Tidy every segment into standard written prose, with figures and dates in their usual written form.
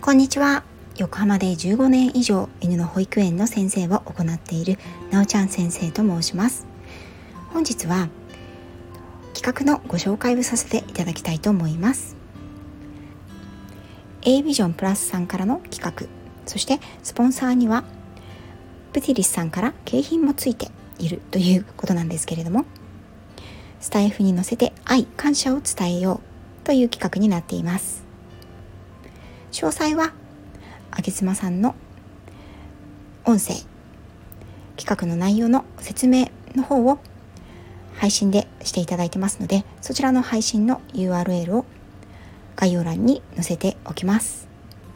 こんにちは。横浜で15年以上犬の保育園の先生を行っているなおちゃん先生と申します。本日は企画のご紹介をさせていただきたいと思います。 A ビジョンプラスさんからの企画、そしてスポンサーにはプティリスさんから景品もついているということなんですけれども、スタイフに乗せて愛・感謝を伝えようという企画になっています。詳細はあげつまさんの音声企画の内容の説明の方を配信でしていただいてますので、そちらの配信の URL を概要欄に載せておきます。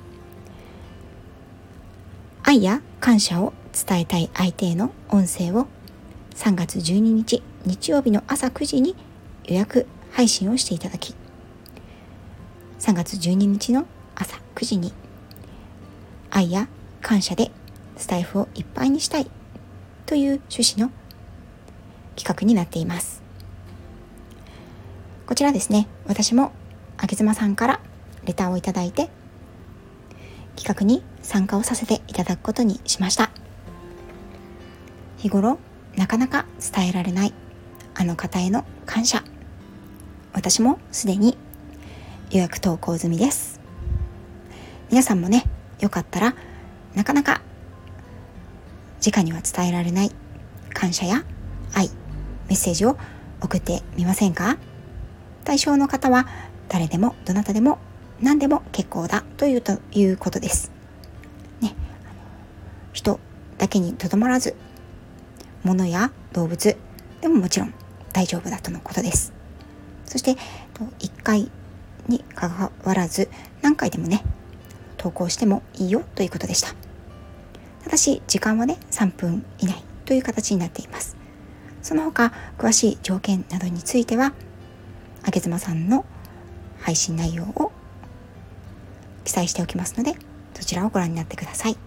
愛や感謝を伝えたい相手への音声を3月12日日曜日の朝9時に予約配信をしていただき、3月12日の朝9時に愛や感謝でスタイフをいっぱいにしたいという趣旨の企画になっています。こちらですね、私もあげずまさんからレターをいただいて企画に参加をさせていただくことにしました。日頃なかなか伝えられないあの方への感謝、私もすでに予約投稿済みです。皆さんもね、よかったらなかなか直には伝えられない感謝や愛、メッセージを送ってみませんか？対象の方は誰でもどなたでも何でも結構だということですね。人だけにとどまらず物や動物でももちろん大丈夫だとのことです。そして1回に関わらず何回でもね投稿してもいいよということでした。ただし時間はね3分以内という形になっています。その他詳しい条件などについてはあげずまさんの配信内容を記載しておきますので、そちらをご覧になってください。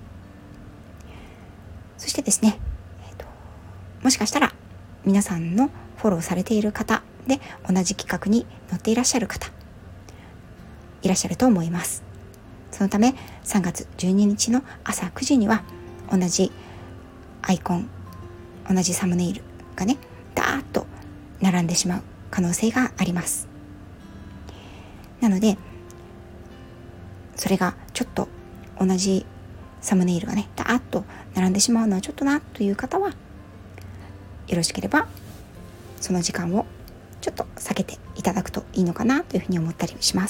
そしてですね、もしかしたら皆さんのフォローされている方で同じ企画に載っていらっしゃる方いらっしゃると思います。そのため3月12日の朝9時には同じアイコン、同じサムネイルがねダーッと並んでしまう可能性があります。なのでそれがちょっと同じサムネイルがねダーッと並んでしまうのはちょっとなという方はよろしければその時間をちょっと避けていただくといいのかなというふうに思ったりします。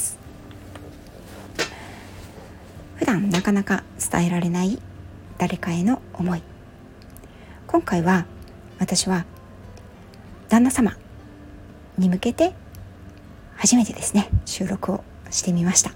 普段なかなか伝えられない誰かへの思い、今回は私は旦那様に向けて初めてですね収録をしてみました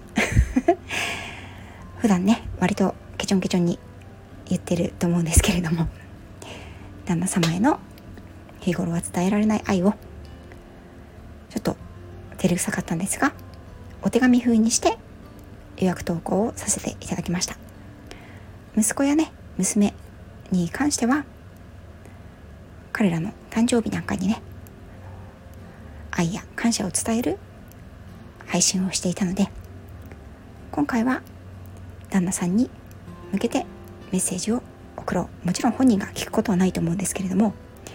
普段ね割とケチョンケチョンに言ってると思うんですけれども、旦那様への日頃は伝えられない愛をちょっと照れくさかったんですがお手紙風にして予約投稿をさせていただきました。息子やね娘に関しては彼らの誕生日なんかにね愛や感謝を伝える配信をしていたので、今回は旦那さんに向けてメッセージを送ろう。もちろん本人が聞くことはないと思うんですけれども、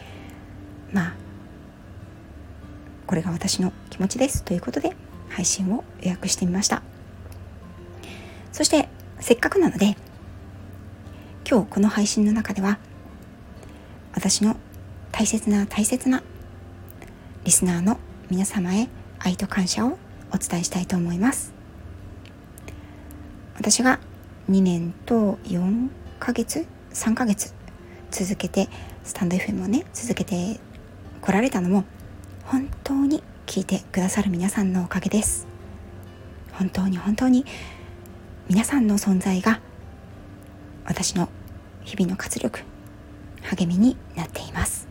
これが私の気持ちですということで配信を予約してみました。そしてせっかくなので今日この配信の中では私の大切なリスナーの皆様へ愛と感謝をお伝えしたいと思います。私が2年と4ヶ月3ヶ月続けてスタンド FM をね続けてこられたのも本当に聞いてくださる皆さんのおかげです。本当に皆さんの存在が私の日々の活力、励みになっています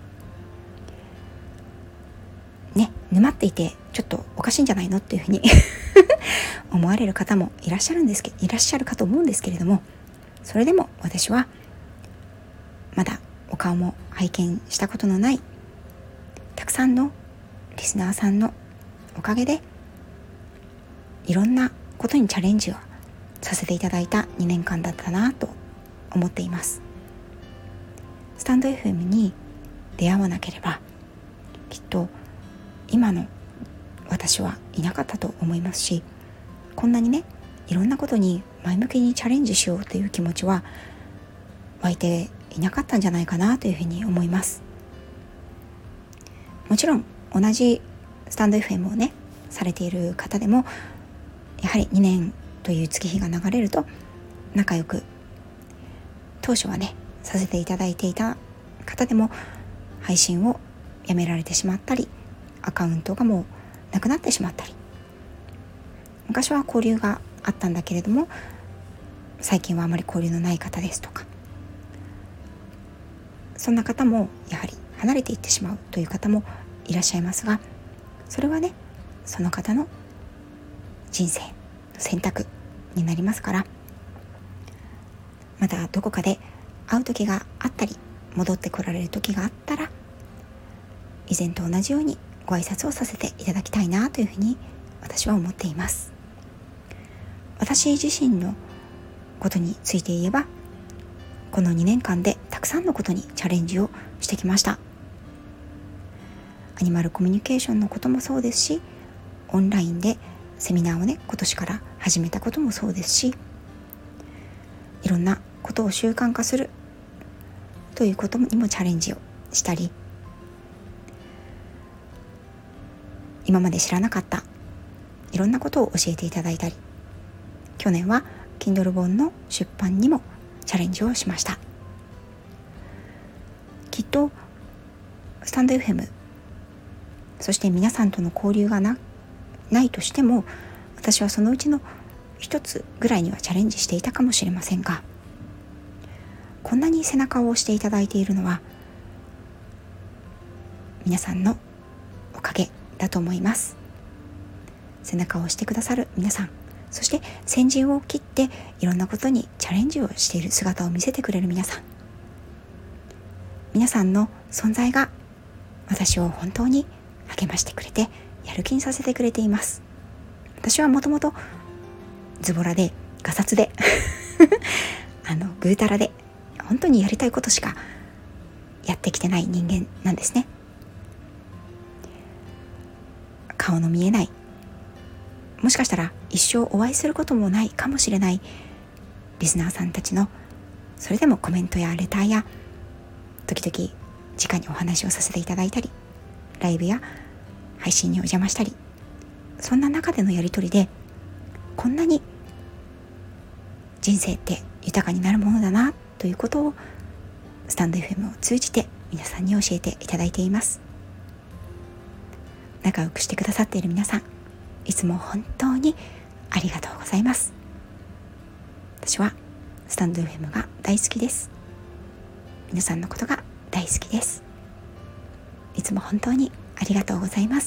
ね。沼っていてちょっとおかしいんじゃないのっていうふうに思われる方もいらっしゃるかと思うんですけれども、それでも私はまだお顔も拝見したことのないたくさんのリスナーさんのおかげでいろんなことにチャレンジはさせていただいた2年間だったなと思っています。スタンド FM に出会わなければきっと今の私はいなかったと思いますし、こんなにねいろんなことに前向きにチャレンジしようという気持ちは湧いていなかったんじゃないかなというふうに思います。もちろん同じスタンド FM をねされている方でもやはり2年という月日が流れると仲良く当初はねさせていただいていた方でも配信をやめられてしまったり、アカウントがもうなくなってしまったり、昔は交流があったんだけれども最近はあまり交流のない方ですとか、そんな方もやはり離れていってしまうという方もいらっしゃいますが、それはねその方の人生の選択になりますから、またどこかで会う時があったり戻ってこられる時があったら以前と同じようにご挨拶をさせていただきたいなというふうに私は思っています。私自身のことについて言えば、この2年間でたくさんのことにチャレンジをしてきました。アニマルコミュニケーションのこともそうですし、オンラインでセミナーをね今年から始めたこともそうですし、いろんなことを習慣化するということにもチャレンジをしたり、今まで知らなかったいろんなことを教えていただいたり、去年は Kindle 本の出版にもチャレンジをしました。きっとスタンド FM、 そして皆さんとの交流がないとしても、私はそのうちの一つぐらいにはチャレンジしていたかもしれませんが、こんなに背中を押していただいているのは皆さんのおかげだと思います。背中を押してくださる皆さん、そして先陣を切っていろんなことにチャレンジをしている姿を見せてくれる皆さん、皆さんの存在が私を本当に励ましてくれてやる気にさせてくれています。私はもともとズボラでガサツでぐうたらで本当にやりたいことしかやってきてない人間なんですね。顔の見えない、もしかしたら一生お会いすることもないかもしれないリスナーさんたちの、それでもコメントやレターや時々直にお話をさせていただいたり、ライブや配信にお邪魔したり、そんな中でのやりとりでこんなに人生って豊かになるものだなということをスタンド FM を通じて皆さんに教えていただいています。仲良くしてくださっている皆さん、いつも本当にありがとうございます。私はスタンド FM が大好きです。皆さんのことが大好きです。いつも本当にありがとうございます。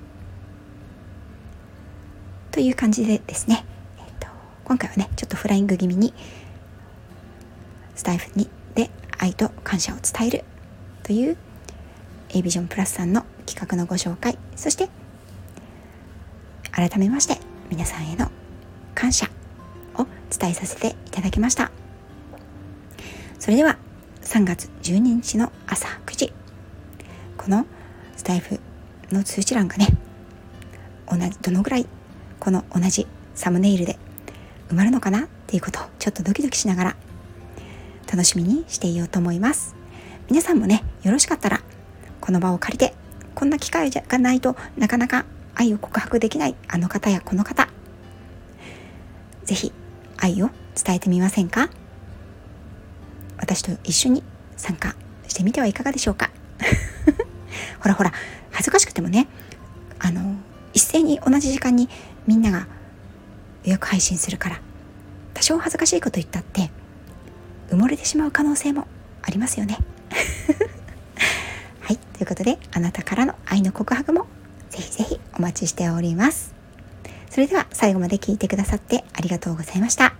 という感じでですね、今回はねちょっとフライング気味にスタイフにで愛と感謝を伝えるという A ビジョンプラスさんの企画のご紹介、そして改めまして皆さんへの感謝を伝えさせていただきました。それでは3月12日の朝9時、このスタイフの通知欄がねどのぐらいこの同じサムネイルで埋まるのかなっていうことをちょっとドキドキしながら楽しみにしていようと思います。皆さんもねよろしかったらこの場を借りて、こんな機会がないとなかなか愛を告白できないあの方やこの方、ぜひ愛を伝えてみませんか？私と一緒に参加してみてはいかがでしょうか？ほら恥ずかしくてもね、一斉に同じ時間にみんなが予約配信するから、多少恥ずかしいこと言ったって埋もれてしまう可能性もありますよね。はい、ということであなたからの愛の告白もぜひぜひお待ちしております。それでは最後まで聞いてくださってありがとうございました。